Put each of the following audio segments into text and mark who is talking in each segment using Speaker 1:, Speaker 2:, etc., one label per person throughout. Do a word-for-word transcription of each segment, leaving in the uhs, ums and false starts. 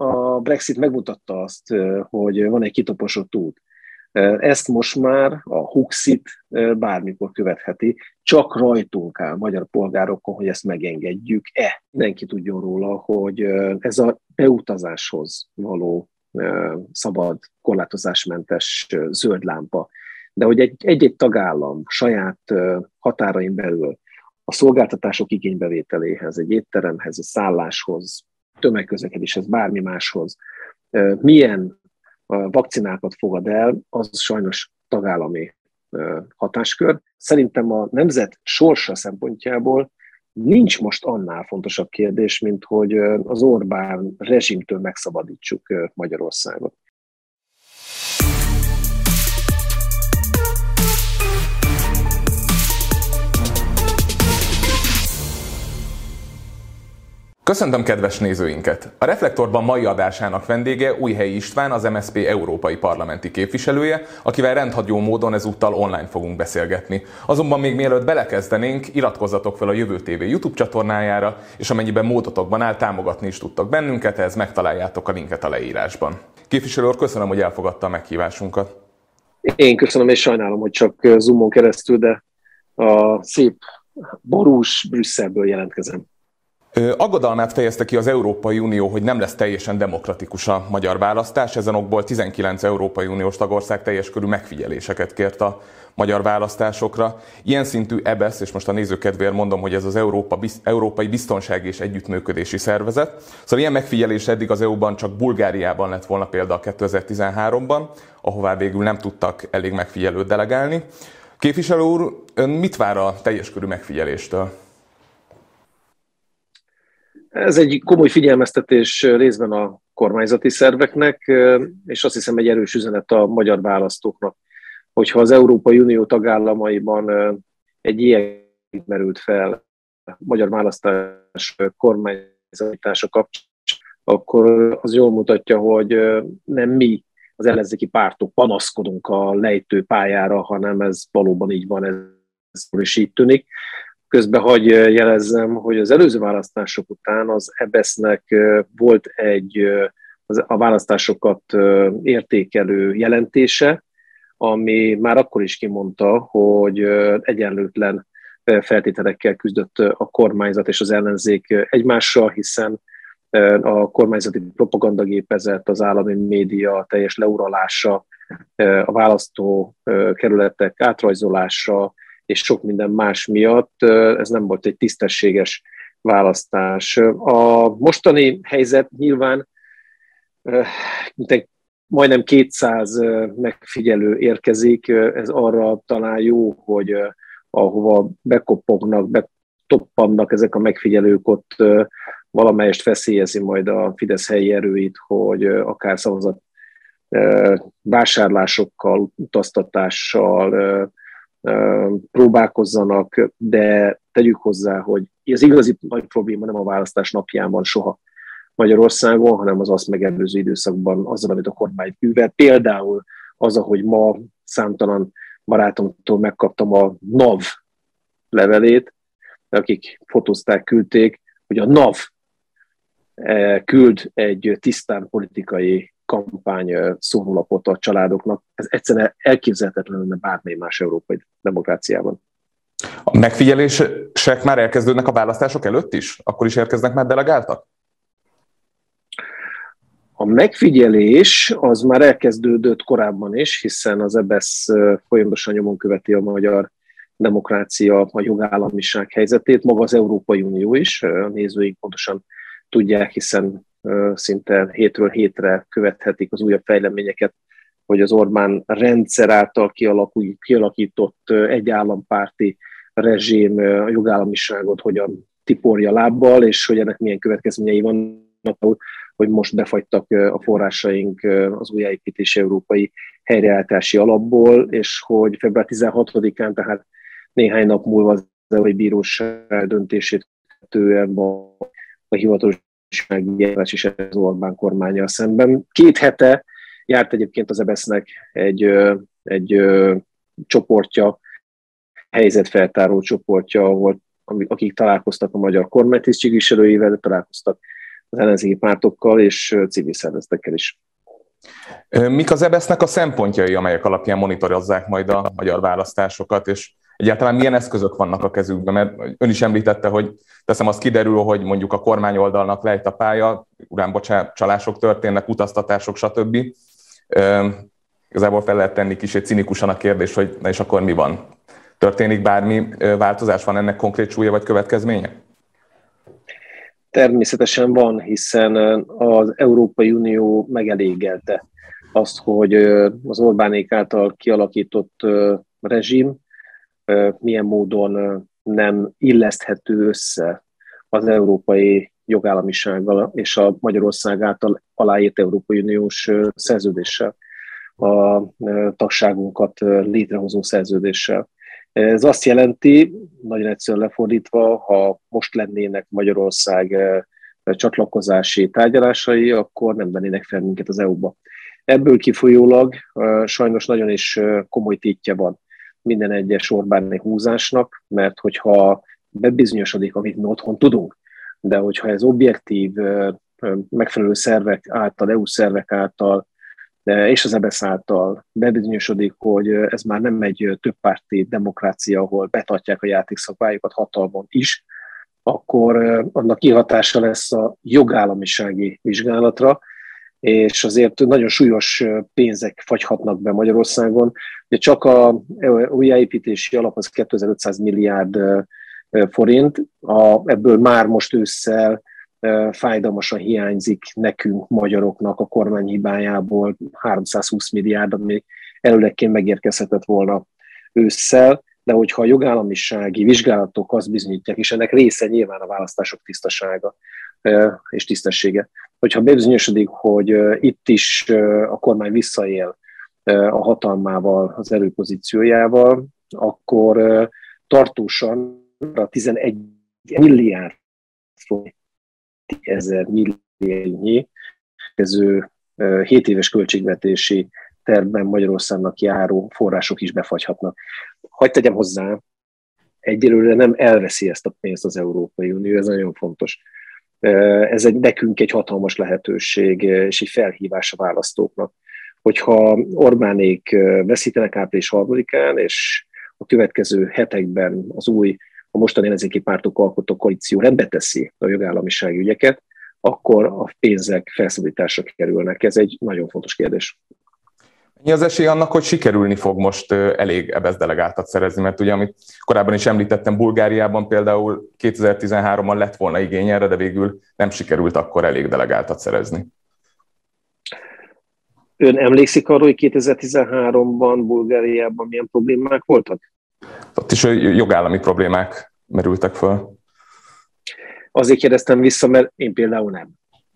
Speaker 1: a Brexit megmutatta azt, hogy van egy kitaposott út. Ezt most már a Huxit bármikor követheti, csak rajtunk áll, magyar polgárokon, hogy ezt megengedjük-e. Mindenki tudjon róla, hogy ez a beutazáshoz való szabad, korlátozásmentes zöld lámpa, de hogy egy-egy tagállam saját határain belül a szolgáltatások igénybevételéhez, egy étteremhez, egy szálláshoz, tömegközlekedéshez, bármi máshoz milyen vakcinákat fogad el, az sajnos tagállami hatáskör. Szerintem a nemzet sorsa szempontjából nincs most annál fontosabb kérdés, mint hogy az Orbán rezsimtől megszabadítsuk Magyarországot.
Speaker 2: Köszöntöm kedves nézőinket! A Reflektorban mai adásának vendége Újhelyi István, az em es zé pé európai parlamenti képviselője, akivel rendhagyó módon ezúttal online fogunk beszélgetni. Azonban még mielőtt belekezdenénk, iratkozzatok fel a Jövő té vé YouTube csatornájára, és amennyiben módotokban áll, támogatni is tudtok bennünket, ehhez megtaláljátok a linket a leírásban. Képviselő úr, köszönöm, hogy elfogadta a meghívásunkat.
Speaker 1: Én köszönöm, és sajnálom, hogy csak Zoomon keresztül, de a szép borús Brüsszelből jelentkezem.
Speaker 2: Aggodalmát fejezte ki az Európai Unió, hogy nem lesz teljesen demokratikus a magyar választás, ezen okból tizenkilenc Európai Uniós tagország teljes körű megfigyeléseket kért a magyar választásokra. Ilyen szintű é bé e es, és most a nézők kedvéért mondom, hogy ez az Európa, Európai Biztonsági és Együttműködési Szervezet. Szóval ilyen megfigyelés eddig az é u-ban csak Bulgáriában lett volna példa kétezer-tizenháromban, ahová végül nem tudtak elég megfigyelőt delegálni. Képviselő úr, ön mit vár a teljes körű megfigyeléstől?
Speaker 1: Ez egy komoly figyelmeztetés részben a kormányzati szerveknek, és azt hiszem egy erős üzenet a magyar választóknak, hogyha az Európai Unió tagállamaiban egy ilyen merült fel a magyar választás kormányzatítása kapcsán, akkor az jól mutatja, hogy nem mi, az ellenzéki pártok panaszkodunk a lejtő pályára, hanem ez valóban így van, ez is így tűnik. Közben hagy jelezzem, hogy az előző választások után az é bé e es-nek volt egy a választásokat értékelő jelentése, ami már akkor is kimondta, hogy egyenlőtlen feltételekkel küzdött a kormányzat és az ellenzék egymással, hiszen a kormányzati propagandagépezet, az állami média teljes leuralása, a választókerületek átrajzolása, és sok minden más miatt ez nem volt egy tisztességes választás. A mostani helyzet nyilván majdnem kétszáz megfigyelő érkezik, ez arra talán jó, hogy ahova bekopognak, betoppannak ezek a megfigyelők, ott valamelyest feszélyezi majd a Fidesz helyi erőit, hogy akár szavazat vásárlásokkal, utaztatással, próbálkozzanak, de tegyük hozzá, hogy az igazi nagy probléma nem a választás napján van soha Magyarországon, hanem az azt megelőző időszakban azzal, amit a kormány művel. Például az, ahogy ma számtalan barátomtól megkaptam a NAV levelét, akik fotózták, küldték, hogy a NAV küld egy tisztán politikai kampány szórólapot a családoknak. Ez egyszerűen elképzelhetetlen lenne bármely más európai demokráciában.
Speaker 2: A megfigyelések már elkezdődnek a választások előtt is? Akkor is érkeznek már delegáltak?
Speaker 1: A megfigyelés az már elkezdődött korábban is, hiszen az é bé e es folyamatosan nyomon követi a magyar demokrácia, a jogállamiság helyzetét, maga az Európai Unió is, a nézőink pontosan tudják, hiszen szinte hétről hétre követhetik az újabb fejleményeket, hogy az Orbán rendszer által kialakított egyallampárti rezsim a jogállamiságot hogyan tiporja lábbal, és hogy ennek milyen következményei vannak, hogy most befagytak a forrásaink az újjáépítési európai helyreállítási alapból, és hogy február tizenhatodikán, tehát néhány nap múlva az Európai Bíróság döntését követően a hivatalos megjelenés is az Orbán kormánnyal szemben. Két hete járt egyébként az é bé e es-nek egy, egy csoportja, helyzetfeltáró csoportja, ahol, akik találkoztak a magyar kormánytisztségviselőivel, találkoztak az ellenzéki pártokkal és civil szervezetekkel is.
Speaker 2: Mik az EBESZ-nek a szempontjai, amelyek alapján monitorozzák majd a magyar választásokat, és egyáltalán milyen eszközök vannak a kezükben? Mert ön is említette, hogy teszem, az kiderül, hogy mondjuk a kormányoldalnak lejt a pálya, uránbocsátások történnek, utaztatások, stb. Igazából fel lehet tenni kicsit cinikusan a kérdést, hogy na és akkor mi van? Történik bármi változás? Van ennek konkrét súlya vagy következménye?
Speaker 1: Természetesen van, hiszen az Európai Unió megelégelte azt, hogy az Orbánék által kialakított rezsim milyen módon nem illeszthető össze az európai jogállamisággal és a Magyarország által aláírt Európai Uniós szerződéssel, a tagságunkat létrehozó szerződéssel. Ez azt jelenti, nagyon egyszerűen lefordítva, ha most lennének Magyarország csatlakozási tárgyalásai, akkor nem vennének fel minket az é u-ba. Ebből kifolyólag sajnos nagyon is komoly tétje van minden egyes Orbáni húzásnak, mert hogyha bebizonyosodik, amit mi otthon tudunk, de hogyha ez objektív, megfelelő szervek által, é u szervek által és az EBESZ által bebizonyosodik, hogy ez már nem egy többpárti demokrácia, ahol betartják a játékszabályokat hatalmon is, akkor annak kihatása lesz a jogállamisági vizsgálatra, és azért nagyon súlyos pénzek fagyhatnak be Magyarországon. De csak a újjáépítési alap az kétezer-ötszáz milliárd forint, a, ebből már most ősszel fájdalmasan hiányzik nekünk, magyaroknak a kormány hibájából háromszázhúsz milliárd, ami előlegként megérkezhetett volna ősszel, de hogyha a jogállamisági vizsgálatok azt bizonyítják, és ennek része nyilván a választások tisztasága és tisztessége, hogyha bebizonyosodik, hogy itt is a kormány visszaél a hatalmával, az erőpozíciójával, akkor tartósan a tizenegy milliárd forint ezer milliárdnyi kező hét éves költségvetési tervben Magyarországnak járó források is befagyhatnak. Hadd tegyem hozzá, egyelőre nem elveszi ezt a pénzt az Európai Unió, ez nagyon fontos. Ez egy, nekünk egy hatalmas lehetőség és egy felhívás a választóknak. Hogyha Orbánék veszítenek április harmadikán, és a következő hetekben az új, a mostani ellenzéki pártok alkotó koalíció rendbe teszi a jogállamisági ügyeket, akkor a pénzek felszabadításra kerülnek. Ez egy nagyon fontos kérdés.
Speaker 2: Mi az esély annak, hogy sikerülni fog most elég EBESZ delegáltat szerezni? Mert ugye, amit korábban is említettem, Bulgáriában például kétezer-tizenháromban lett volna igény erre, de végül nem sikerült akkor elég delegáltat szerezni.
Speaker 1: Ön emlékszik arról, hogy kétezer-tizenháromban Bulgáriában milyen problémák voltak?
Speaker 2: Ott is jogállami problémák merültek föl.
Speaker 1: Azért kérdeztem vissza, mert én például nem.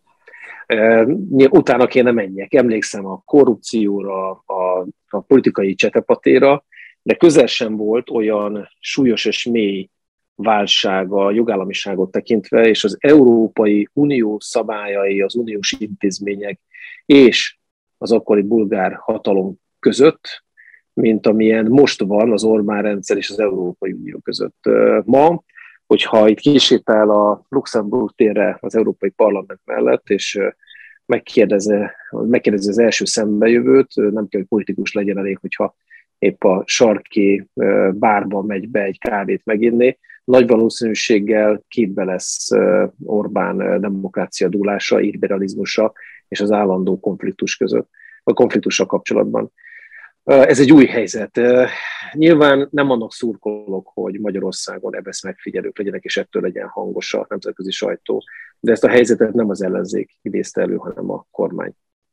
Speaker 1: Utána kéne menjek. Emlékszem a korrupcióra, a, a politikai csetepatéra, de közel sem volt olyan súlyos és mély válsága a jogállamiságot tekintve, és az Európai Unió szabályai, az uniós intézmények és az akkori bulgár hatalom között, mint amilyen most van az Orbán rendszer és az Európai Unió között. Ma, hogyha itt kisétál a Luxemburg térre az Európai Parlament mellett, és megkérdezi, megkérdezi az első szembejövőt, nem kell, hogy politikus legyen, elég, hogyha épp a sarki bárba megy be egy kávét meginni, nagy valószínűséggel képbe lesz Orbán demokrácia dúlása, liberalizmusa és az állandó konfliktus között, a konfliktussal kapcsolatban. Ez egy új helyzet. Nyilván nem annak szurkolok, hogy Magyarországon EBESZ megfigyelők legyenek, és ettől legyen hangos a nemzetközi sajtó. De ezt a helyzetet nem az ellenzék idézte elő, hanem a kormány.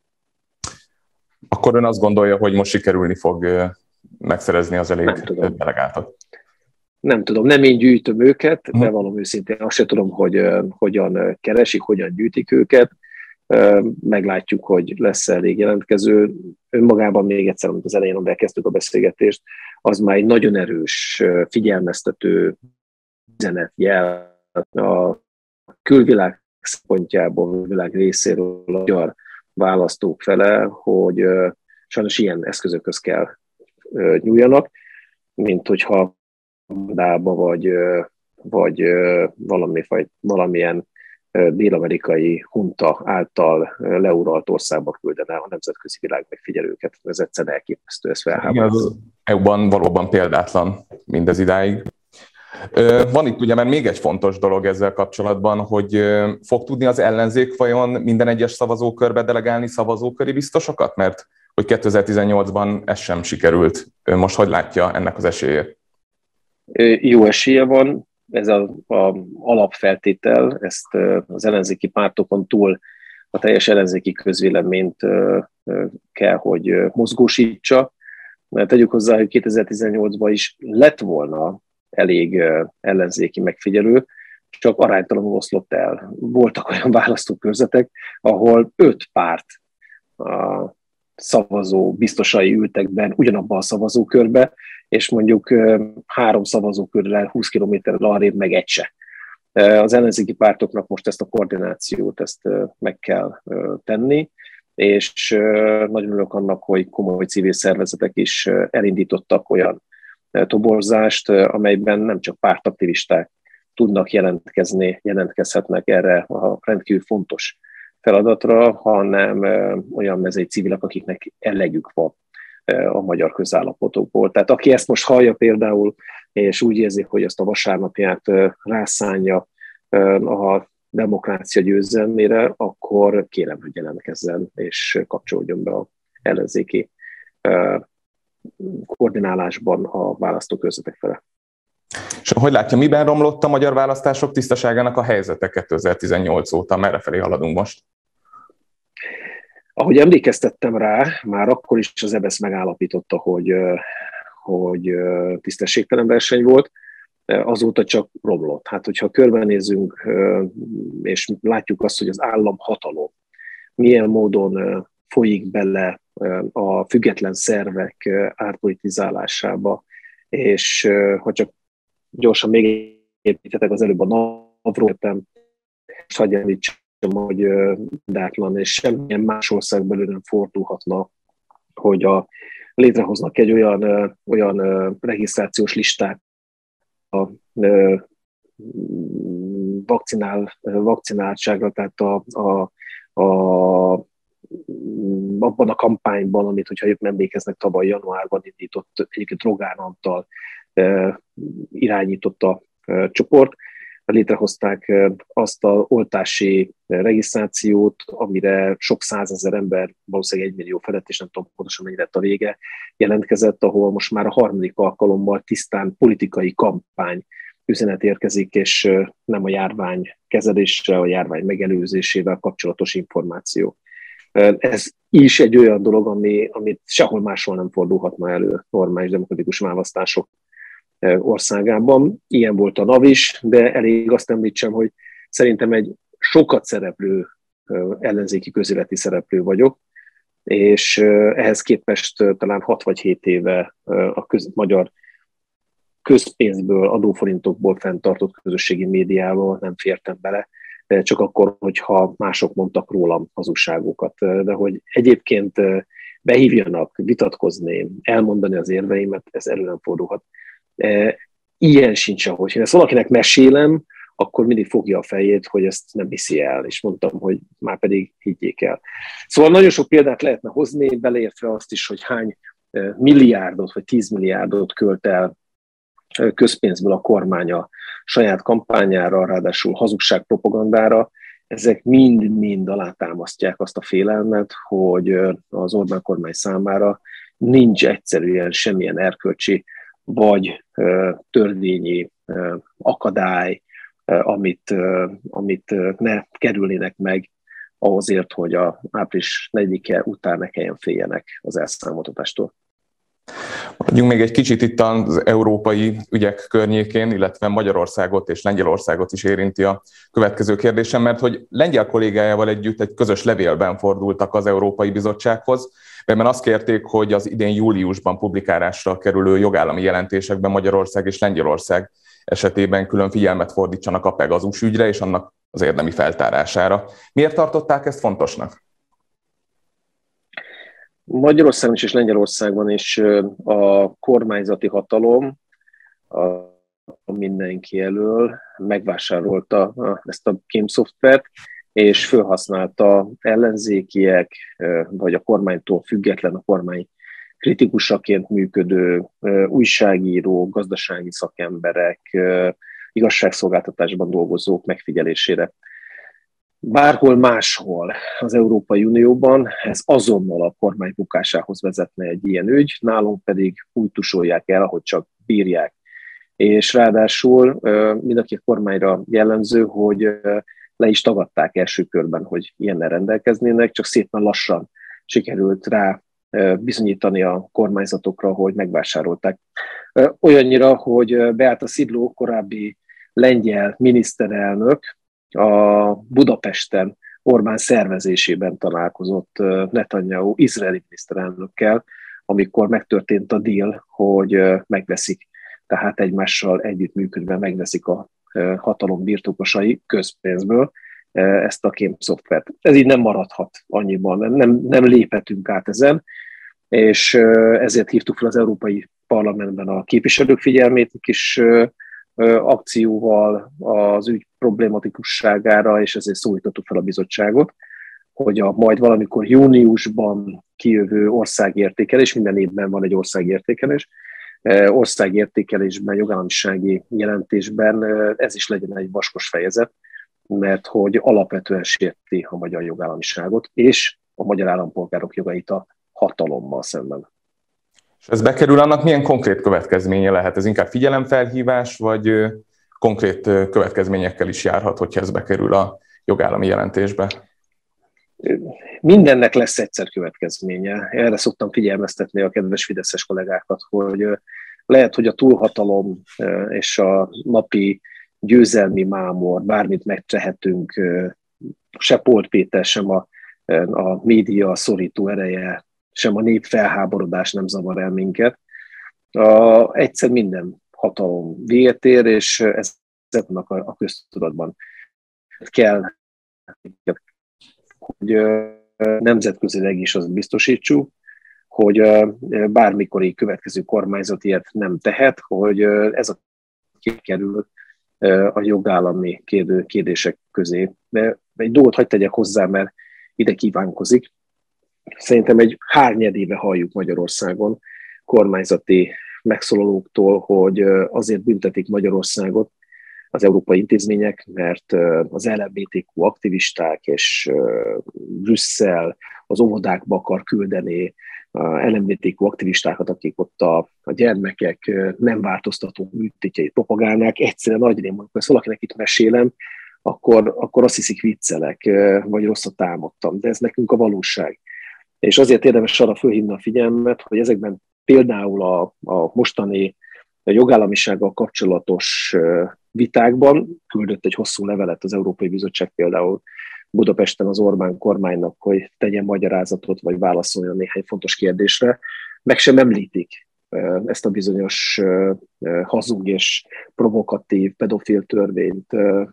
Speaker 2: Akkor ön azt gondolja, hogy most sikerülni fog megszerezni az elég delegáltat?
Speaker 1: Nem tudom, nem én gyűjtöm őket, de valami őszintén azt sem tudom, hogy hogyan keresik, hogyan gyűjtik őket. Meglátjuk, hogy lesz elég jelentkező. Önmagában még egyszer, amit az elején, amivel kezdtük a beszélgetést, az már egy nagyon erős, figyelmeztető üzenet jel a külvilág szempontjából, a világ részéről a magyar választók fele, hogy sajnos ilyen eszközökhöz kell nyúljanak, mint hogyha dába vagy, vagy valami, vagy valamilyen dél-amerikai hunta által leuralt országba küldene a nemzetközi világ megfigyelőket. Ez egyszerűen elképesztő, ez felháborító.
Speaker 2: Igen, az é u-ban valóban példátlan mindez idáig. Van itt ugye már még egy fontos dolog ezzel kapcsolatban, hogy fog tudni az ellenzék vajon minden egyes szavazókörbe delegálni szavazóköri biztosokat? Mert hogy kétezer-tizennyolcban ez sem sikerült. Most hogy látja ennek az esélyét?
Speaker 1: Jó esélye van, ez az alapfeltétel, ezt az ellenzéki pártokon túl a teljes ellenzéki közvéleményt kell, hogy mozgósítsa. Mert tegyük hozzá, hogy kétezer-tizennyolcban is lett volna elég ellenzéki megfigyelő, csak aránytalanul oszlott el. Voltak olyan választókörzetek, ahol öt párt a szavazó biztosai ültek benn ugyanabban a szavazókörbe, és mondjuk három szavazókörrel, húsz kilométerrel arrébb meg egy se. Az ellenzéki pártoknak most ezt a koordinációt ezt meg kell tenni, és nagyon örülök annak, hogy komoly civil szervezetek is elindítottak olyan toborzást, amelyben nem csak pártaktivisták tudnak jelentkezni, jelentkezhetnek erre a rendkívül fontos feladatra, hanem olyan mezei civilek, akiknek elegük van a magyar közállapotokból. Tehát aki ezt most hallja például, és úgy érzi, hogy ezt a vasárnapját rászánja a demokrácia győzelmére, akkor kérem, hogy jelentkezzen és kapcsolódjon be az ellenzéki koordinálásban a választókörzetek fele.
Speaker 2: És hogy látja, miben romlott a magyar választások tisztaságának a helyzete kétezer-tizennyolc óta? Merrefelé haladunk most?
Speaker 1: Ahogy emlékeztettem rá, már akkor is az e bé e szé megállapította, hogy, hogy tisztességtelen verseny volt, azóta csak romlott. Hát, hogyha körbenézünk, és látjuk azt, hogy az államhatalom milyen módon folyik bele a független szervek árpolitizálásába, és ha csak gyorsan még építetek az előbb a NAV-ról, és hagyj említsem, hogy dátlan, és semmilyen más ország belül nem fordulhatna, hogy a, létrehoznak egy olyan, olyan regisztrációs listát a vakcinál, vakcináltságra, tehát a, a, a abban a kampányban, amit, hogyha ők emlékeznek, tavaly januárban indított, egyébként Rogán Antal e, irányított a e, csoport, létrehozták azt az oltási regisztrációt, amire sok százezer ember, valószínűleg egy millió felett, és nem tudom pontosan mennyi lett a vége, jelentkezett, ahol most már a harmadik alkalommal tisztán politikai kampány üzenet érkezik, és nem a járvány kezeléssel, a járvány megelőzésével kapcsolatos információ. Ez is egy olyan dolog, ami, amit sehol máshol nem fordulhatna elő normális demokratikus választások országában. Ilyen volt a NAV is, de elég azt említsem, hogy szerintem egy sokat szereplő ellenzéki közéleti szereplő vagyok, és ehhez képest talán hat vagy hét éve a köz, magyar közpénzből, adóforintokból fenntartott közösségi médiával nem fértem bele, csak akkor, hogyha mások mondtak rólam hazugságokat. De hogy egyébként behívjanak, vitatkozni, elmondani az érveimet, ez elő nem fordulhat. Ilyen sincs, ahogy én ezt valakinek mesélem, akkor mindig fogja a fejét, hogy ezt nem hiszi el, és mondtam, hogy már pedig higgyék el. Szóval nagyon sok példát lehetne hozni, beleértve azt is, hogy hány milliárdot vagy tízmilliárdot költ el közpénzből a kormány a saját kampányára, ráadásul hazugságpropagandára. Ezek mind-mind alátámasztják azt a félelmet, hogy az Orbán kormány számára nincs egyszerűen semmilyen erkölcsi vagy törvényi akadály, amit, amit ne kerülnének meg ahhozért, hogy a április negyedike után ne kelljen féljenek az elszámoltatástól.
Speaker 2: Maradjunk még egy kicsit itt az európai ügyek környékén, illetve Magyarországot és Lengyelországot is érinti a következő kérdésem, mert hogy lengyel kollégájával együtt egy közös levélben fordultak az Európai Bizottsághoz, melyben azt kérték, hogy az idén júliusban publikálásra kerülő jogállami jelentésekben Magyarország és Lengyelország esetében külön figyelmet fordítsanak a Pegazus ügyre és annak az érdemi feltárására. Miért tartották ezt fontosnak?
Speaker 1: Magyarországon és Lengyelországban is a kormányzati hatalom, mindenki elől, megvásárolta ezt a kémszoftvert, és felhasználta ellenzékiek, vagy a kormánytól független, a kormány kritikusaként működő újságírók, gazdasági szakemberek, igazságszolgáltatásban dolgozók megfigyelésére. Bárhol máshol az Európai Unióban ez azonnal a kormány bukásához vezetne egy ilyen ügy, nálunk pedig úgy tusolják el, ahogy csak bírják. És ráadásul mind a két kormányra jellemző, hogy le is tagadták első körben, hogy ilyennel rendelkeznének, csak szépen lassan sikerült rá bizonyítani a kormányzatokra, hogy megvásárolták. Olyannyira, hogy Beata Szidló, korábbi lengyel miniszterelnök, a Budapesten Orbán szervezésében találkozott Netanyahu izraeli miniszterelnökkel, amikor megtörtént a deal, hogy megveszik, tehát egymással együttműködve megveszik a hatalom birtokosai közpénzből ezt a kémszoftvert. Ez így nem maradhat annyiban, nem, nem léphetünk át ezen, és ezért hívtuk fel az Európai Parlamentben a képviselők figyelmét, egy kis akcióval az ügy problématikusságára, és ezért szólítottuk fel a bizottságot, hogy a majd valamikor júniusban kijövő országértékelés, minden évben van egy országértékelés, országértékelésben, jogállamisági jelentésben ez is legyen egy vaskos fejezet, mert hogy alapvetően sérti a magyar jogállamiságot, és a magyar állampolgárok jogait a hatalommal szemben.
Speaker 2: És ez bekerül, annak milyen konkrét következménye lehet? Ez inkább figyelemfelhívás, vagy konkrét következményekkel is járhat, hogyha ez bekerül a jogállami jelentésbe?
Speaker 1: Mindennek lesz egyszer következménye. Erre szoktam figyelmeztetni a kedves fideszes kollégákat, hogy lehet, hogy a túlhatalom és a napi győzelmi mámor, bármit megtehetünk, se Polt Péter, sem a, a média szorító ereje, sem a nép felháborodás nem zavar el minket. A, egyszer minden hatalom véget ér, és ez a, a köztudatban kell, hogy nemzetközileg is azt biztosítsuk, hogy bármikori következő kormányzat ilyet nem tehet, hogy ez a kikerül a jogállami kérdő, kérdések közé. De egy dolgot hadd tegyek hozzá, mert ide kívánkozik. Szerintem egy hárnyedéve halljuk Magyarországon kormányzati megszólalóktól, hogy azért büntetik Magyarországot az európai intézmények, mert az el em bé té kú aktivisták és Brüsszel az óvodákba akar küldeni el em bé té kú aktivistákat, akik ott a, a gyermekek nem változtató műtétjeit propagálnák. Egyszerűen nagy rém, amikor ezt valakinek itt mesélem, akkor, akkor azt hiszik viccelek, vagy rosszat álmodtam, de ez nekünk a valóság. És azért érdemes arra fölhívni a figyelmet, hogy ezekben például a, a mostani jogállamisággal kapcsolatos vitákban küldött egy hosszú levelet az Európai Bizottság például Budapesten az Orbán kormánynak, hogy tegyen magyarázatot, vagy válaszoljon néhány fontos kérdésre. Meg sem említik ezt a bizonyos hazug és provokatív pedofil törvényt,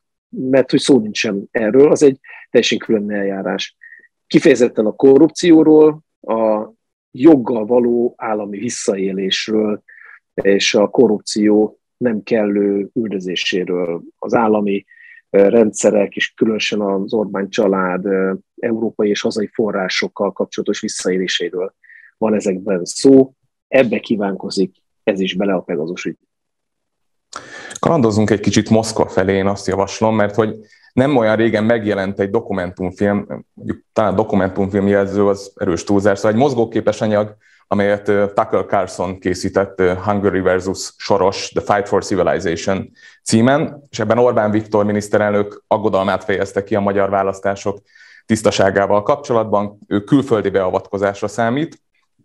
Speaker 1: mert hogy szó nincsen erről, az egy teljesen külön eljárás. Kifejezetten a korrupcióról, a joggal való állami visszaélésről és a korrupció nem kellő üldözéséről, az állami rendszerek és különösen az Orbán család európai és hazai forrásokkal kapcsolatos visszaéléséről van ezekben szó. Ebbe kívánkozik ez is bele a Pegazus ügy.
Speaker 2: Kalandozzunk egy kicsit Moszkva felé, én azt javaslom, mert hogy nem olyan régen megjelent egy dokumentumfilm, mondjuk talán dokumentumfilm jelző az erős túlzás, szóval egy mozgóképes anyag, amelyet Tucker Carlson készített, Hungary versus Soros, The Fight for Civilization címen, és ebben Orbán Viktor miniszterelnök aggodalmát fejezte ki a magyar választások tisztaságával kapcsolatban, ő külföldi beavatkozásra számít,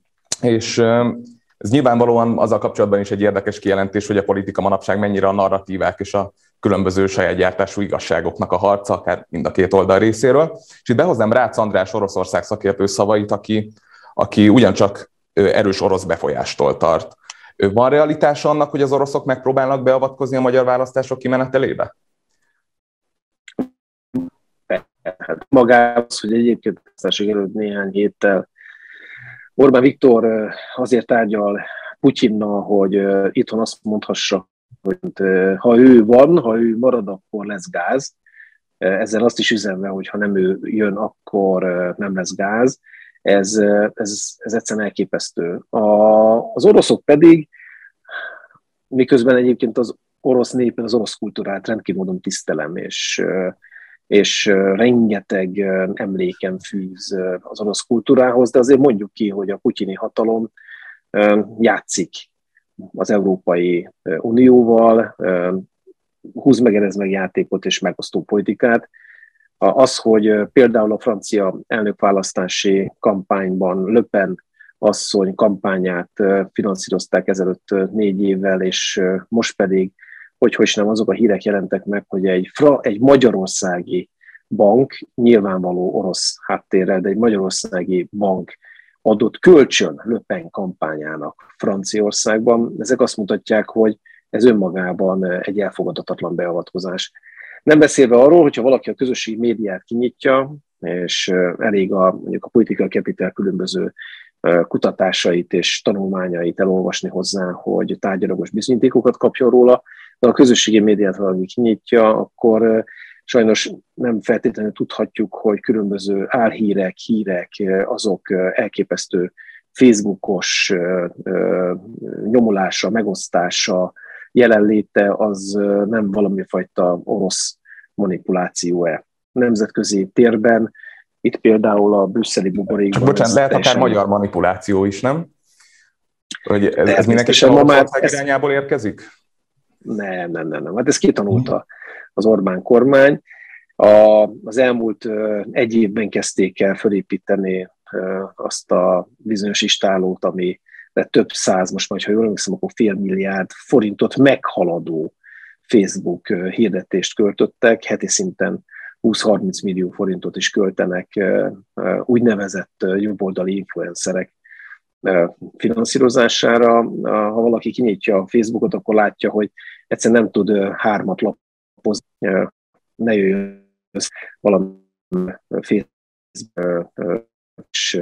Speaker 2: és ez nyilvánvalóan azzal kapcsolatban is egy érdekes kijelentés, hogy a politika manapság mennyire a narratívák és a különböző saját gyártású igazságoknak a harca, akár mind a két oldal részéről. És itt behoznám Rácz András Oroszország szakértő szavait, aki, aki ugyancsak erős orosz befolyástól tart. Van realitása annak, hogy az oroszok megpróbálnak beavatkozni a magyar választások kimenetelébe?
Speaker 1: Hát magához, hogy egyébként választások előtt néhány héttel Orbán Viktor azért tárgyal Putyinnal, hogy itthon azt mondhassa, ha ő van, ha ő marad, akkor lesz gáz. Ezzel azt is üzenve, hogy ha nem ő jön, akkor nem lesz gáz. Ez, ez, ez egyszerűen elképesztő. A, az oroszok pedig, miközben egyébként az orosz népen, az orosz kultúrát rendkívül módon tisztelem, és, és rengeteg emlékem fűz az orosz kultúrához, de azért mondjuk ki, hogy a putyini hatalom játszik az Európai Unióval, húz meg, erez meg játékot és megosztó politikát. Az, hogy például a francia elnökválasztási kampányban Le Pen asszony kampányát finanszírozták ezelőtt négy évvel, és most pedig, hogy hogy nem, azok a hírek jelentek meg, hogy egy, fra, egy magyarországi bank, nyilvánvaló orosz háttérrel, de egy magyarországi bank adott kölcsön Le Pen kampányának Franciaországban. Ezek azt mutatják, hogy ez önmagában egy elfogadhatatlan beavatkozás. Nem beszélve arról, hogyha valaki a közösségi médiát kinyitja, és elég a, mondjuk a Political Capital különböző kutatásait és tanulmányait elolvasni hozzá, hogy tárgyalagos bizonyítékokat kapjon róla, de a közösségi médiát valaki kinyitja, akkor sajnos nem feltétlenül tudhatjuk, hogy különböző álhírek, hírek, azok elképesztő Facebookos nyomulása, megosztása, jelenléte, az nem valami fajta orosz manipuláció-e. Nemzetközi térben, itt például a brüsszeli buborékban...
Speaker 2: Csak bocsánat, lehet akár magyar manipuláció is, nem? Hogy ez, ez mindenki Oroszország irányából érkezik?
Speaker 1: Nem, nem, nem, nem. Hát ezt kitanulta az Orbán kormány. A, az elmúlt egy évben kezdték el felépíteni azt a bizonyos istálót, ami de több száz, most már, ha jól emlékszem, akkor fél milliárd forintot meghaladó Facebook hirdetést költöttek, heti szinten húsz-harminc millió forintot is költenek úgynevezett jobboldali influencerek finanszírozására. Ha valaki kinyitja a Facebookot, akkor látja, hogy egyszerűen nem tud hármat lapozni, ne jöjjön valami Facebook, és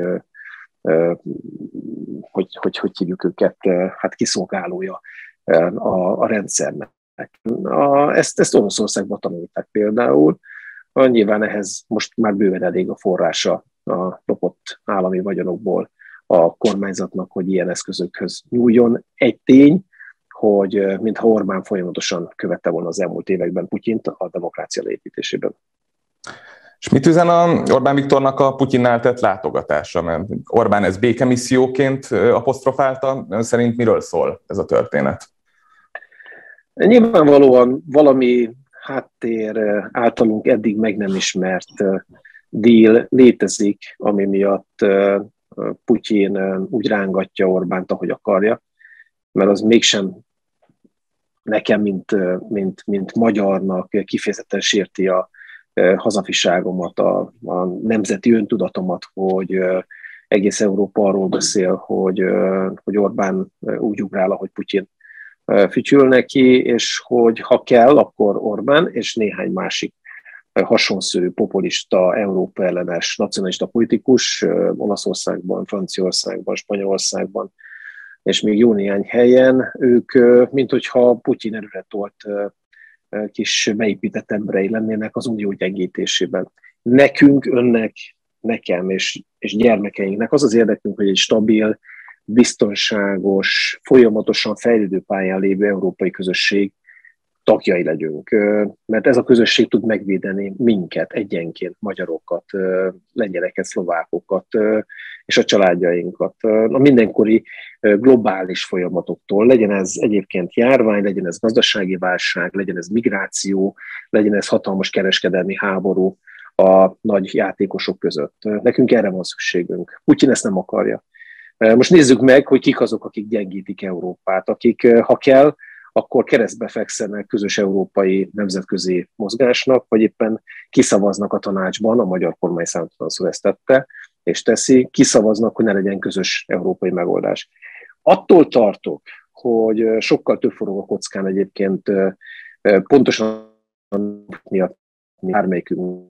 Speaker 1: hogy, hogy, hogy hívjuk őket, hát kiszolgálója a, a rendszernek. A, ezt, ezt Oroszországban tanulták például. Nyilván ehhez most már bőven elég a forrása a lopott állami vagyonokból a kormányzatnak, hogy ilyen eszközökhöz nyúljon. Egy tény, hogy mintha Orbán folyamatosan követte volna az elmúlt években Putyint a demokrácia leépítésében.
Speaker 2: És mit üzen a Orbán Viktornak a Putyinnál tett látogatása? Mert Orbán ez békemisszióként apostrofálta, ön szerint miről szól ez a történet?
Speaker 1: Nyilvánvalóan valami háttér általunk eddig meg nem ismert deal létezik, ami miatt Putyin úgy rángatja Orbánt, ahogy akarja, mert az mégsem nekem, mint, mint, mint magyarnak kifejezetten sérti a hazafiságomat, a, a nemzeti öntudatomat, hogy egész Európa arról beszél, hogy, hogy Orbán úgy ugrál, ahogy Putyin fütyül neki, és hogy ha kell, akkor Orbán és néhány másik hasonszörű populista, Európa ellenes, nacionalista politikus Olaszországban, Franciaországban, Spanyolországban, és még jó néhány helyen, ők, mint hogyha Putyin erőre tolt kis beépített emberei lennének az unió gyengítésében. Nekünk, önnek, nekem és, és gyermekeinknek az az érdekünk, hogy egy stabil, biztonságos, folyamatosan fejlődő pályán lévő európai közösség tagjai legyünk. Mert ez a közösség tud megvédeni minket, egyenként, magyarokat, lengyeleket, szlovákokat és a családjainkat. A mindenkori globális folyamatoktól, legyen ez egyébként járvány, legyen ez gazdasági válság, legyen ez migráció, legyen ez hatalmas kereskedelmi háború a nagy játékosok között. Nekünk erre van szükségünk. Putyin ezt nem akarja. Most nézzük meg, hogy kik azok, akik gyengítik Európát, akik, ha kell, akkor keresztbe fekszenek közös európai nemzetközi mozgásnak, vagy éppen kiszavaznak a tanácsban, a magyar kormány számtalanszor ezt tette, és teszi, kiszavaznak, hogy ne legyen közös európai megoldás. Attól tartok, hogy sokkal több forog a kockán egyébként, pontosan miatt bármelyikünk,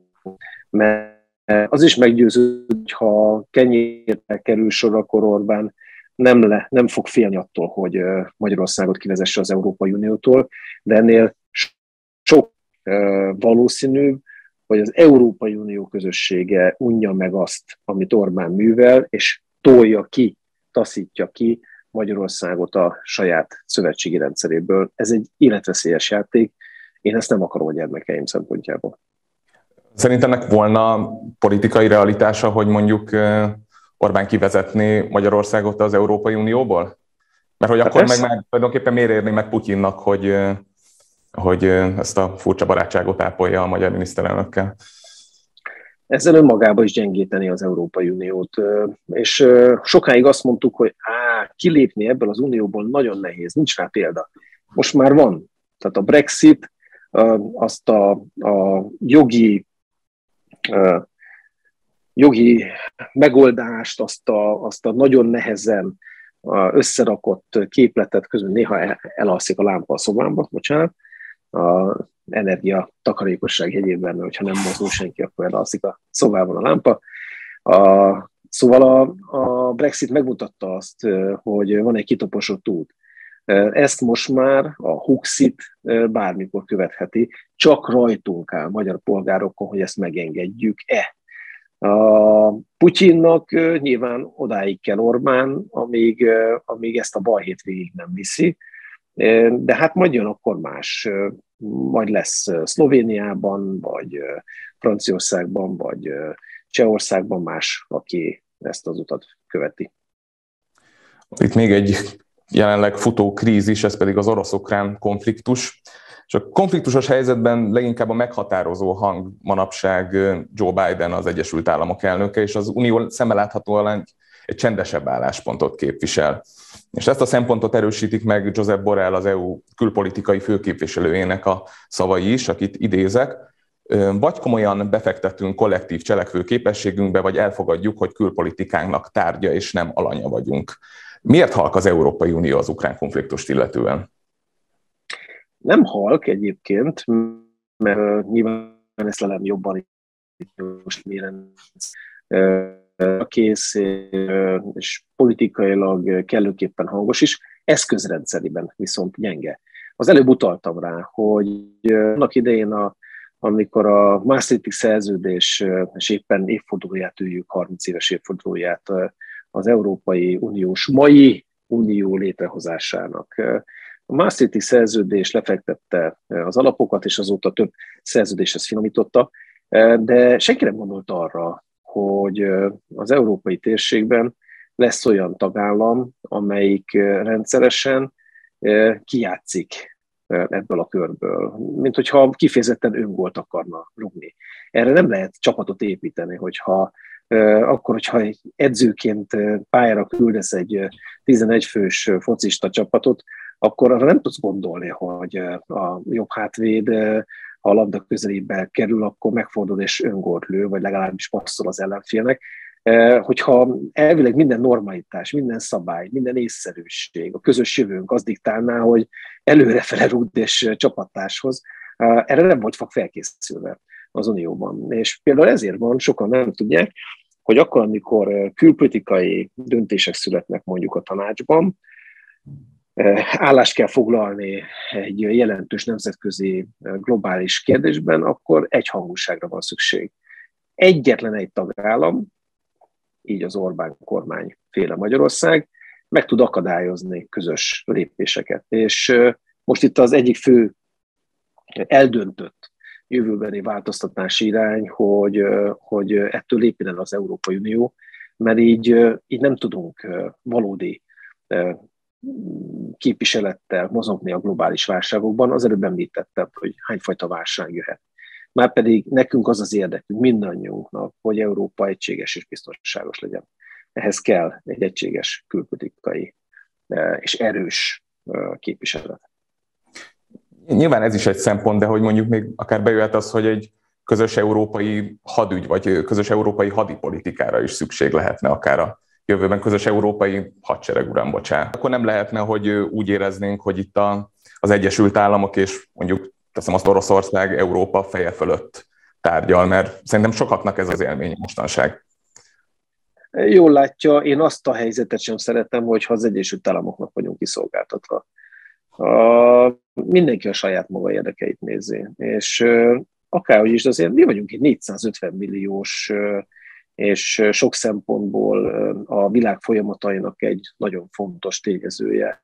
Speaker 1: mert az is meggyőző, hogy ha kenyérre kerül sor, akkor Orbán nem, le, nem fog félni attól, hogy Magyarországot kivezesse az Európai Uniótól, de ennél sok valószínűbb, hogy az Európai Unió közössége unja meg azt, amit Orbán művel, és tolja ki, taszítja ki Magyarországot a saját szövetségi rendszeréből. Ez egy életveszélyes játék, én ezt nem akarom a gyermekeim szempontjából.
Speaker 2: Szerintem ennek volna politikai realitása, hogy mondjuk Orbán kivezetné Magyarországot az Európai Unióból? Mert hogy hát akkor ez... meg már tulajdonképpen miért érni meg Putyinnak, hogy, hogy ezt a furcsa barátságot ápolja a magyar miniszterelnökkel?
Speaker 1: Ezzel önmagában is gyengíteni az Európai Uniót. És sokáig azt mondtuk, hogy á, kilépni ebből az unióból nagyon nehéz, nincs rá példa. Most már van. Tehát a Brexit, azt a, a jogi, jogi megoldást, azt a, azt a nagyon nehezen összerakott képletet, közben néha elalszik a lámpa a szobámba, bocsánat, a energia takarékosság jegyében, hogyha nem mozdul senki, akkor elalszik a szobában a lámpa. A, szóval a, a Brexit megmutatta azt, hogy van egy kitaposott út. Ezt most már a Huxit bármikor követheti, csak rajtunk áll, magyar polgárokon, hogy ezt megengedjük-e. A Putyinnak nyilván odáig kell Orbán, amíg, amíg ezt a balhét végig nem viszi, de hát majd jön akkor más, majd lesz Szlovéniában, vagy Franciaországban, vagy Csehországban más, aki ezt az utat követi.
Speaker 2: Itt még egy jelenleg futó krízis, ez pedig az orosz-ukrán konfliktus. És a konfliktusos helyzetben leginkább a meghatározó hang manapság Joe Biden, az Egyesült Államok elnöke, és az Unió szemmel láthatóan egy, egy csendesebb álláspontot képvisel. És ezt a szempontot erősítik meg Josep Borrell, az é u külpolitikai főképviselőjének a szavai is, akit idézek. Vagy komolyan befektetünk kollektív cselekvő képességünkbe, vagy elfogadjuk, hogy külpolitikánknak tárgya és nem alanya vagyunk. Miért halk az Európai Unió az ukrán konfliktust illetően?
Speaker 1: Nem halk egyébként, mert nyilván ezt lelem jobban most méren kész, és politikailag kellőképpen hangos is, eszközrendszeriben viszont gyenge. Az előbb utaltam rá, hogy annak idején, a, amikor a Maastrichti szerződés, és éppen évfordulóját üljük, harminc éves évfordulóját az Európai Uniós mai unió létrehozásának. A Maastrichti szerződés lefektette az alapokat, és azóta több szerződéshez finomította, de senki nem gondolt arra, hogy az európai térségben lesz olyan tagállam, amelyik rendszeresen kijátszik ebből a körből, mint hogyha kifejezetten öngolt akarna rúgni. Erre nem lehet csapatot építeni, hogyha akkor, hogyha edzőként pályára küldesz egy tizenegy fős focista csapatot, akkor arra nem tudsz gondolni, hogy a jobb hátvéd, ha a labda közelébe kerül, akkor megfordul és öngolt lő, vagy legalábbis passzol az ellenfélnek. Hogyha elvileg minden normalitás, minden szabály, minden észszerűség, a közös jövőnk az diktálná, hogy előrefele rúgd és csapattárshoz, erre nem volt fog felkészülve az Unióban. És például ezért van, sokan nem tudják, hogy akkor, amikor külpolitikai döntések születnek mondjuk a tanácsban, állást kell foglalni egy jelentős nemzetközi globális kérdésben, akkor egyhangúságra van szükség. Egyetlen egy tagállam, így az Orbán kormány féle Magyarország, meg tud akadályozni közös lépéseket. És most itt az egyik fő eldöntött jövőbeni változtatási irány, hogy, hogy ettől lépjen el az Európai Unió, mert így, így nem tudunk valódi képviselettel mozogni a globális válságokban. Az előbb említettem, hogy hányfajta válság jöhet. Márpedig nekünk az az érdekünk mindannyiunknak, hogy Európa egységes és biztonságos legyen. Ehhez kell egy egységes külpolitikai és erős képviselet.
Speaker 2: Nyilván ez is egy szempont, de hogy mondjuk még akár bejöhet az, hogy egy közös európai hadügy, vagy közös európai hadipolitikára is szükség lehetne akár a jövőben, közös európai hadsereg, uram, bocsánat. Akkor nem lehetne, hogy úgy éreznénk, hogy itt a, az Egyesült Államok és mondjuk teszem azt Oroszország Európa feje fölött tárgyal, mert szerintem sokaknak ez az élmény mostanság.
Speaker 1: Jól látja, én azt a helyzetet sem szeretem, hogyha az Egyesült Államoknak vagyunk kiszolgáltatva. A, mindenki a saját maga érdekeit nézi, és akárhogy is, azért mi vagyunk egy négyszázötven milliós, és sok szempontból a világ folyamatainak egy nagyon fontos tényezője.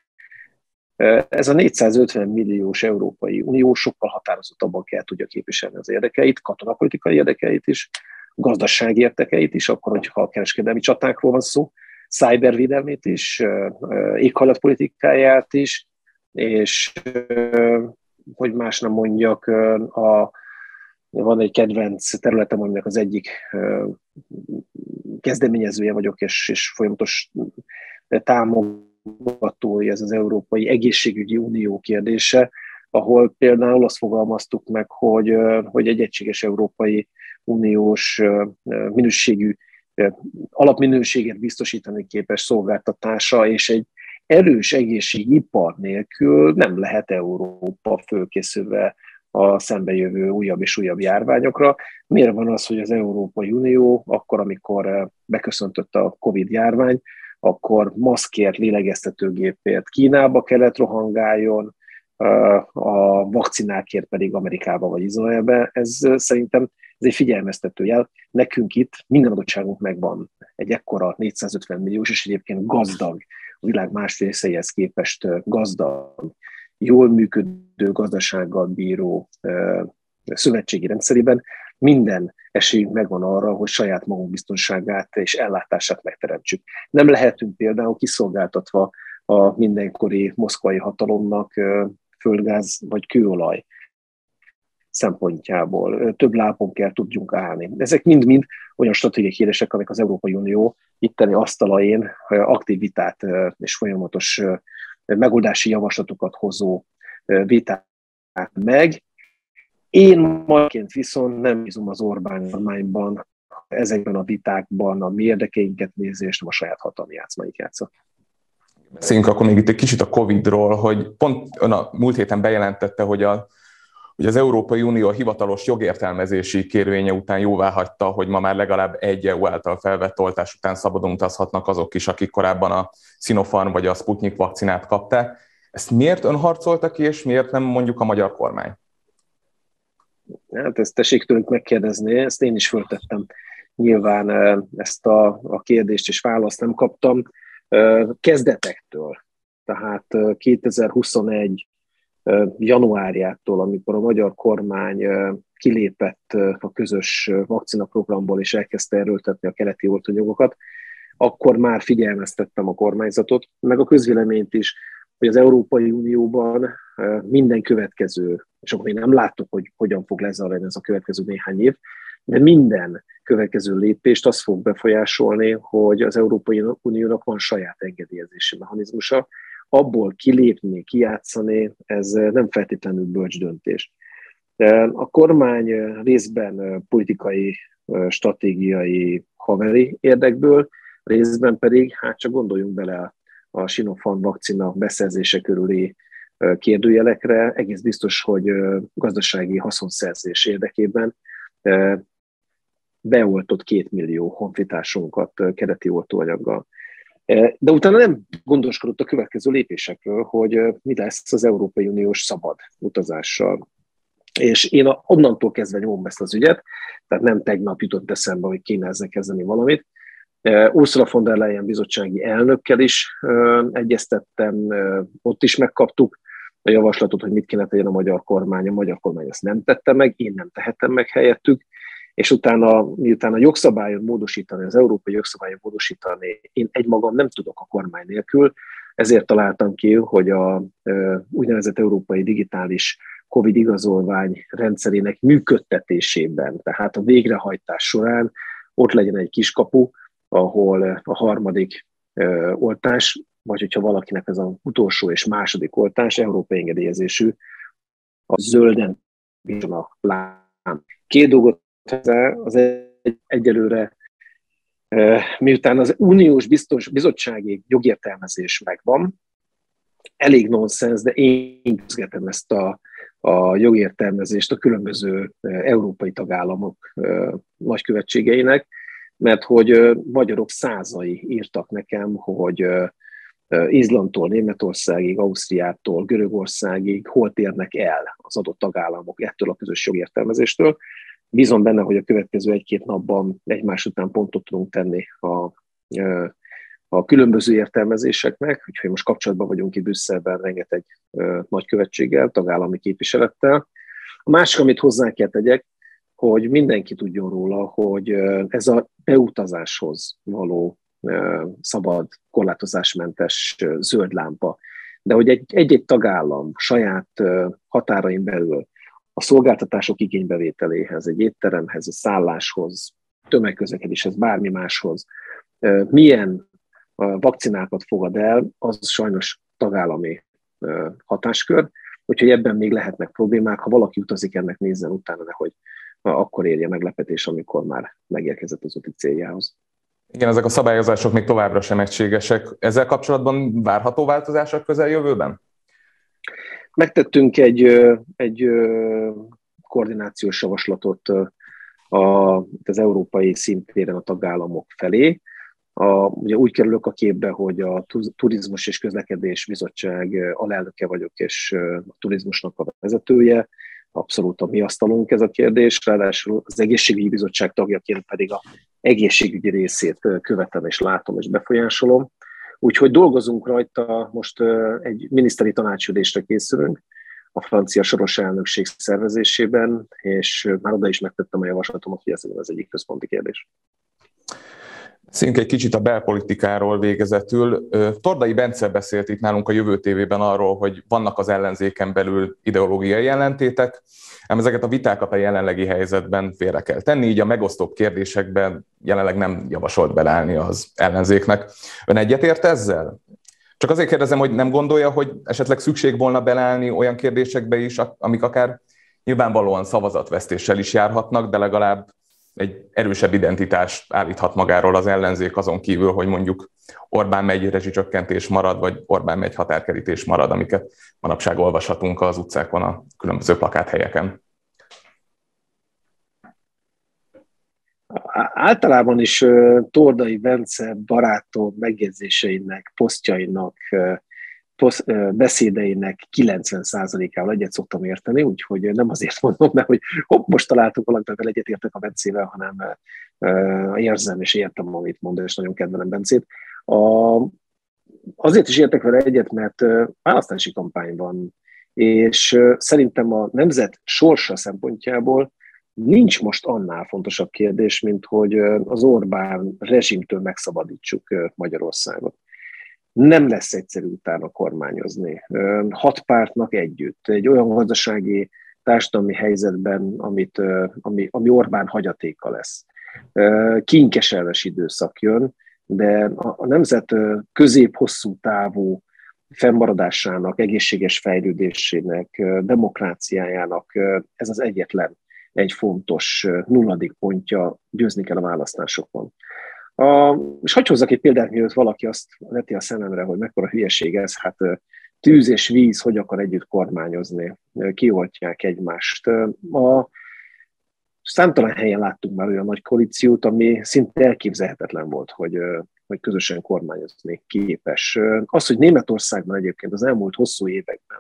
Speaker 1: Ez a négyszázötven milliós Európai Unió sokkal határozottabban kell tudja képviselni az érdekeit, katonapolitikai érdekeit is, gazdasági érdekeit is, akkor, hogyha a kereskedelmi csatákról van szó, cybervédelmét is, éghajlatpolitikáját is, és hogy más nem mondjak, a, van egy kedvenc területem, aminek az egyik kezdeményezője vagyok, és, és folyamatos támogatója ez az Európai Egészségügyi Unió kérdése, ahol például azt fogalmaztuk meg, hogy, hogy egy egységes Európai Uniós minőségű, alapminőséget biztosítani képes szolgáltatása, és egy erős egészségipar nélkül nem lehet Európa fölkészülve a szembejövő újabb és újabb járványokra. Miért van az, hogy az Európai Unió akkor, amikor beköszöntött a Covid-járvány, akkor maszkért, lélegeztetőgépért Kínába kellett rohangáljon, a vakcinákért pedig Amerikába vagy Izraelbe. Ez szerintem ez egy figyelmeztető jel. Nekünk itt minden adottságunk megvan. Egy ekkora négyszázötven milliós, és egyébként gazdag, a világ más részeihez képest gazdag, jól működő gazdasággal bíró szövetségi rendszerében minden esélyünk megvan arra, hogy saját magunk biztonságát és ellátását megteremtsük. Nem lehetünk például kiszolgáltatva a mindenkori moszkvai hatalomnak földgáz vagy kőolaj szempontjából. Több lábon kell tudjunk állni. Ezek mind-mind olyan stratégiai kérdések, amik az Európai Unió itteni asztalain aktív vitát és folyamatos megoldási javaslatokat hozó vitát meg. Én magyarként viszont nem bízom az Orbán kormányban, ezekben a vitákban a mi érdekeinket nézi, és nem a saját hatalmi játszmait játsza.
Speaker 2: Beszéljünk akkor még itt egy kicsit a Covidról, hogy pont ön a múlt héten bejelentette, hogy, a, hogy az Európai Unió a hivatalos jogértelmezési kérvénye után jóváhagyta, hogy ma már legalább egy é u által felvett oltás után szabadon utazhatnak azok is, akik korábban a Sinopharm vagy a Sputnik vakcinát kapták. Ezt miért ön harcolta ki, és miért nem mondjuk a magyar kormány?
Speaker 1: Hát ezt tessék tőlük megkérdezni, ezt én is föltettem. Nyilván ezt a, a kérdést és választ nem kaptam. Kezdetektől, tehát kétezer-huszonegy januárjától, amikor a magyar kormány kilépett a közös vakcinaprogramból és elkezdte erőltetni a keleti oltóanyagokat, akkor már figyelmeztettem a kormányzatot, meg a közvéleményt is, hogy az Európai Unióban minden következő, és akkor még nem láttuk, hogy hogyan fog lezajlani ez a következő néhány év, de minden következő lépést az fog befolyásolni, hogy az Európai Uniónak van saját engedélyezési mechanizmusa. Abból kilépni, kijátszani, ez nem feltétlenül bölcs döntés. A kormány részben politikai, stratégiai, haveri érdekből, részben pedig, hát csak gondoljunk bele a Sinopharm vakcina beszerzése körüli kérdőjelekre, egész biztos, hogy gazdasági haszonszerzés érdekében beoltott két millió honfitársunkat keleti oltóanyaggal. De utána nem gondoskodott a következő lépésekről, hogy mi lesz az Európai Uniós szabad utazással. És én onnantól kezdve nyomom ezt az ügyet, tehát nem tegnap jutott eszembe, hogy kéne ezzel kezdeni valamit. Ursula von der Leyen bizottsági elnökkel is egyeztettem, ott is megkaptuk a javaslatot, hogy mit kéne tegyen a magyar kormány. A magyar kormány ezt nem tette meg, én nem tehettem meg helyettük, és utána, miután a jogszabályon módosítani, az európai jogszabályon módosítani, én egymagam nem tudok a kormány nélkül, ezért találtam ki, hogy a úgynevezett európai digitális Covid igazolvány rendszerének működtetésében, tehát a végrehajtás során ott legyen egy kiskapu, ahol a harmadik oltás, vagy hogyha valakinek ez az utolsó és második oltás európai engedélyezésű, a zölden a lám. Két dolgot az egy, egyelőre, miután az uniós biztos, bizottsági jogértelmezés megvan, elég nonsens, de én közgetem ezt a, a jogértelmezést a különböző európai tagállamok nagykövetségeinek, mert hogy magyarok százai írtak nekem, hogy Izlandtól Németországig, Ausztriától Görögországig hol térnek el az adott tagállamok ettől a közös jogértelmezéstől. Bízom benne, hogy a következő egy-két napban egymás után pontot tudunk tenni a, a különböző értelmezéseknek, úgyhogy most kapcsolatban vagyunk itt Brüsszelben rengeteg nagykövetséggel, tagállami képviselettel. A másik, amit hozzá kell tegyek, hogy mindenki tudjon róla, hogy ez a beutazáshoz való szabad, korlátozásmentes zöld lámpa, de hogy egy-egy tagállam saját határain belül a szolgáltatások igénybevételéhez, egy étteremhez, a szálláshoz, tömegközlekedéshez, bármi máshoz milyen vakcinákat fogad el, az sajnos tagállami hatáskör, úgyhogy ebben még lehetnek problémák. Ha valaki utazik, ennek nézzen utána, hogy akkor érje meglepetés, amikor már megérkezett az úti céljához.
Speaker 2: Igen, ezek a szabályozások még továbbra sem egységesek. Ezzel kapcsolatban várható változások közeljövőben?
Speaker 1: Megtettünk egy, egy koordinációs javaslatot az európai szintéren a tagállamok felé. A, ugye úgy kerülök a képbe, hogy a Turizmus és Közlekedés Bizottság alelnöke vagyok, és a turizmusnak a vezetője. Abszolút a mi asztalunk ez a kérdés, ráadásul az Egészségügyi Bizottság tagjaként pedig az egészségügyi részét követem és látom és befolyásolom. Úgyhogy dolgozunk rajta, most egy miniszteri tanácsülésre készülünk a francia soros elnökség szervezésében, és már oda is megtettem a javaslatomat, hogy ez az egyik központi kérdés.
Speaker 2: Beszéljünk egy kicsit a belpolitikáról végezetül. Tordai Bence beszélt itt nálunk a Jövő tévében arról, hogy vannak az ellenzéken belül ideológiai ellentétek, ám ezeket a vitákat a jelenlegi helyzetben félre kell tenni, így a megosztóbb kérdésekben jelenleg nem javasolt beleállni az ellenzéknek. Ön egyetért ezzel? Csak azért kérdezem, hogy nem gondolja, hogy esetleg szükség volna beleállni olyan kérdésekbe is, amik akár nyilvánvalóan szavazatvesztéssel is járhatnak, de legalább egy erősebb identitást állíthat magáról az ellenzék azon kívül, hogy mondjuk Orbán megy rezsicsökkentés marad, vagy Orbán megy határkerítés marad, amiket manapság olvashatunk az utcákon, a különböző plakáthelyeken.
Speaker 1: Általában is Tordai Bence barátom megjegyzéseinek, posztjainak, poszt, beszédeinek kilencven százalékával egyet szoktam érteni, úgyhogy nem azért mondom, mert hogy hopp, most találtuk valamit, amivel egyet értek a Bencével, hanem érzem és értem, amit mond, és nagyon kedvelem Bencét. A, azért is értek vele egyet, mert választási kampány van, és szerintem a nemzet sorsa szempontjából nincs most annál fontosabb kérdés, mint hogy az Orbán rezsimtől megszabadítsuk Magyarországot. Nem lesz egyszerű utána kormányozni. Hat pártnak együtt, egy olyan gazdasági, társadalmi helyzetben, amit, ami, ami Orbán hagyatéka lesz. Kinkeselves időszak jön, de a, a nemzet közép-hosszú távú fennmaradásának, egészséges fejlődésének, demokráciájának ez az egyetlen egy fontos nulladik pontja, győzni kell a választásokon. A, és hagyj hozzak egy példát, mielőtt valaki azt veti a szememre, hogy mekkora hülyeség ez, hát tűz és víz hogy akar együtt kormányozni, kioltják egymást. A számtalan helyen láttunk már olyan nagy koalíciót, ami szinte elképzelhetetlen volt, hogy, hogy közösen kormányozni képes. Az, hogy Németországban egyébként az elmúlt hosszú években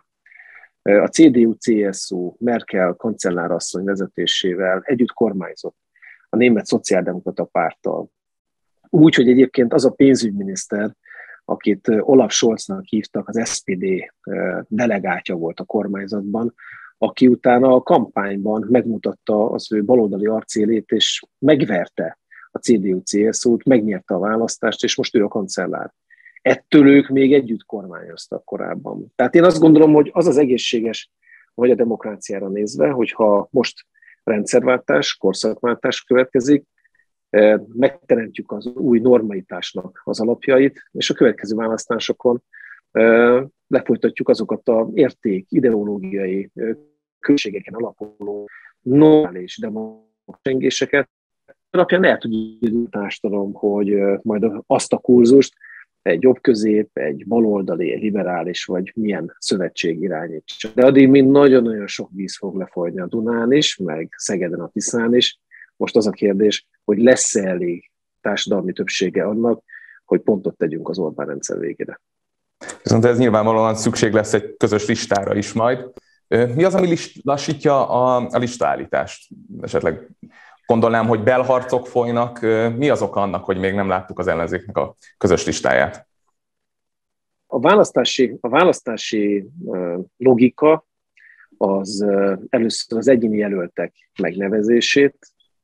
Speaker 1: a cé dé u cé es u Merkel kancellárasszony vezetésével együtt kormányzott a német szociáldemokrata párttal. Úgy, hogy egyébként az a pénzügyminiszter, akit Olaf Scholznak hívtak, az es pé dé delegátja volt a kormányzatban, aki utána a kampányban megmutatta az ő baloldali arcélét, és megverte a cé dé u cé es u-t, megnyerte a választást, és most ő a kancellár. Ettől ők még együtt kormányoztak korábban. Tehát én azt gondolom, hogy az az egészséges, vagy a demokráciára nézve, hogyha most rendszerváltás, korszakváltás következik, megteremtjük az új normalitásnak az alapjait, és a következő választásokon lefolytatjuk azokat az érték, ideológiai költségeken alapuló normális demokratikusengéseket, alapján el tudjuk a társadalom, hogy majd azt a kurzust egy jobb-közép, egy baloldali, egy liberális, vagy milyen szövetség irányítsa. De addig mind nagyon-nagyon sok víz fog lefolyni a Dunán is, meg Szegeden a Tiszán is. Most az a kérdés, hogy lesz-e elég társadalmi többsége annak, hogy pontot tegyünk az Orbán rendszer végére.
Speaker 2: Viszont ez nyilvánvalóan szükség lesz egy közös listára is majd. Mi az, ami lassítja a, a listaállítást? Esetleg gondolnám, hogy belharcok folynak. Mi az oka annak, hogy még nem láttuk az ellenzéknek a közös listáját?
Speaker 1: A választási, a választási logika az először az egyéni jelöltek megnevezését,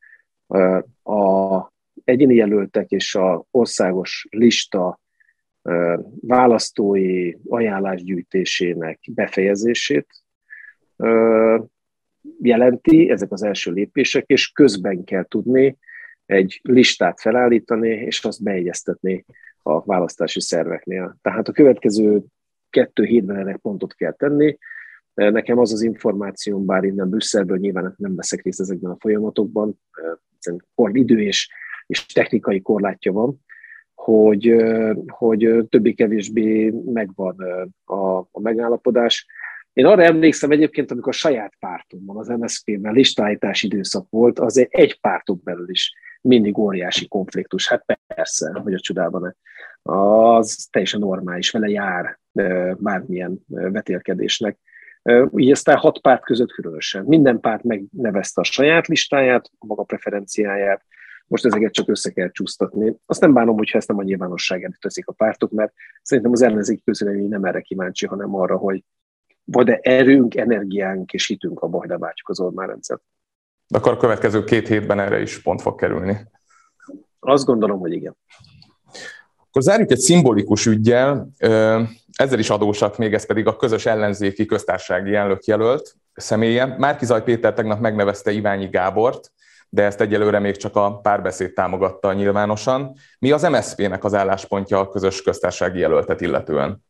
Speaker 1: a egyéni jelöltek és az országos lista választói ajánlásgyűjtésének befejezését jelenti, ezek az első lépések, és közben kell tudni egy listát felállítani, és azt beegyeztetni a választási szerveknél. Tehát a következő kettő hétben ennek pontot kell tenni. Nekem az az információm, bár innen Brüsszelből nyilván nem veszek részt ezekben a folyamatokban, idő és, és technikai korlátja van, hogy, hogy többé-kevésbé megvan a, a megállapodás. Én arra emlékszem egyébként, amikor a saját pártomban, az em es zé pé-ben listállítási időszak volt, azért egy pártok belül is mindig óriási konfliktus. Hát persze, hogy a csodában az teljesen normális, vele jár bármilyen vetélkedésnek. Így aztán hat párt között különösen. Minden párt megnevezte a saját listáját, a maga preferenciáját, most ezeket csak össze kell csúsztatni. Azt nem bánom, hogyha ezt nem a nyilvánosság előtt teszik a pártok, mert szerintem az ellenzéki közvélemény nem erre kíváncsi, hanem arra, hogy van-e erőnk, energiánk és hitünk abba, hogy lebátjuk az Orbán rendszert.
Speaker 2: De akkor a következő két hétben erre is pont fog kerülni.
Speaker 1: Azt gondolom, hogy igen.
Speaker 2: Akkor zárjuk egy szimbolikus üggyel, ezzel is adósak még, ez pedig a közös ellenzéki köztársasági elnökjelölt személye. Márki-Zay Péter tegnap megnevezte Iványi Gábort, de ezt egyelőre még csak a Párbeszéd támogatta nyilvánosan. Mi az em es zé pé-nek az álláspontja a közös köztársasági jelöltet illetően?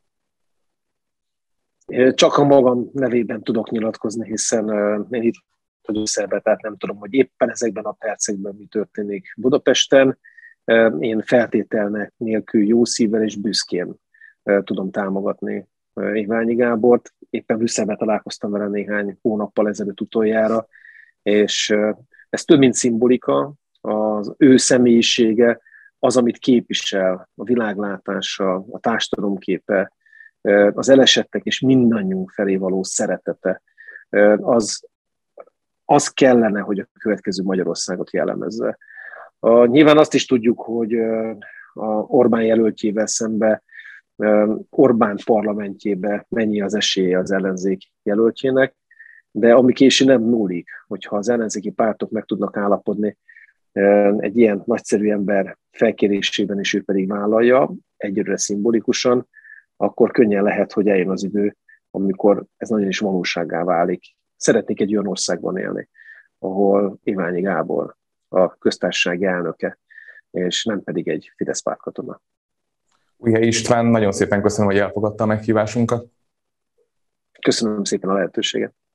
Speaker 1: Csak a magam nevében tudok nyilatkozni, hiszen én itt vagyok Brüsszelben, tehát nem tudom, hogy éppen ezekben a percekben mi történik Budapesten. Én feltételnek nélkül jó szívvel és büszkén tudom támogatni Iványi Gábort. Éppen Brüsszelben találkoztam vele néhány hónappal ezelőtt utoljára, és ez több, mint szimbolika, az ő személyisége, az, amit képvisel, a világlátása, a társadalomképe, az elesettek és mindannyiunk felé való szeretete, az, az kellene, hogy a következő Magyarországot jellemezze. A, nyilván azt is tudjuk, hogy a Orbán jelöltjével szemben Orbán parlamentjébe mennyi az esélye az ellenzék jelöltjének, de ami késő nem múlik, hogyha az ellenzéki pártok meg tudnak állapodni egy ilyen nagyszerű ember felkérésében, és ő pedig vállalja, egyre szimbolikusan, akkor könnyen lehet, hogy eljön az idő, amikor ez nagyon is valósággá válik. Szeretnék egy olyan országban élni, ahol Iványi Gábor a köztársaság elnöke, és nem pedig egy Fidesz pártkatona.
Speaker 2: Újhely István, nagyon szépen köszönöm, hogy elfogadta a meghívásunkat.
Speaker 1: Köszönöm szépen a lehetőséget.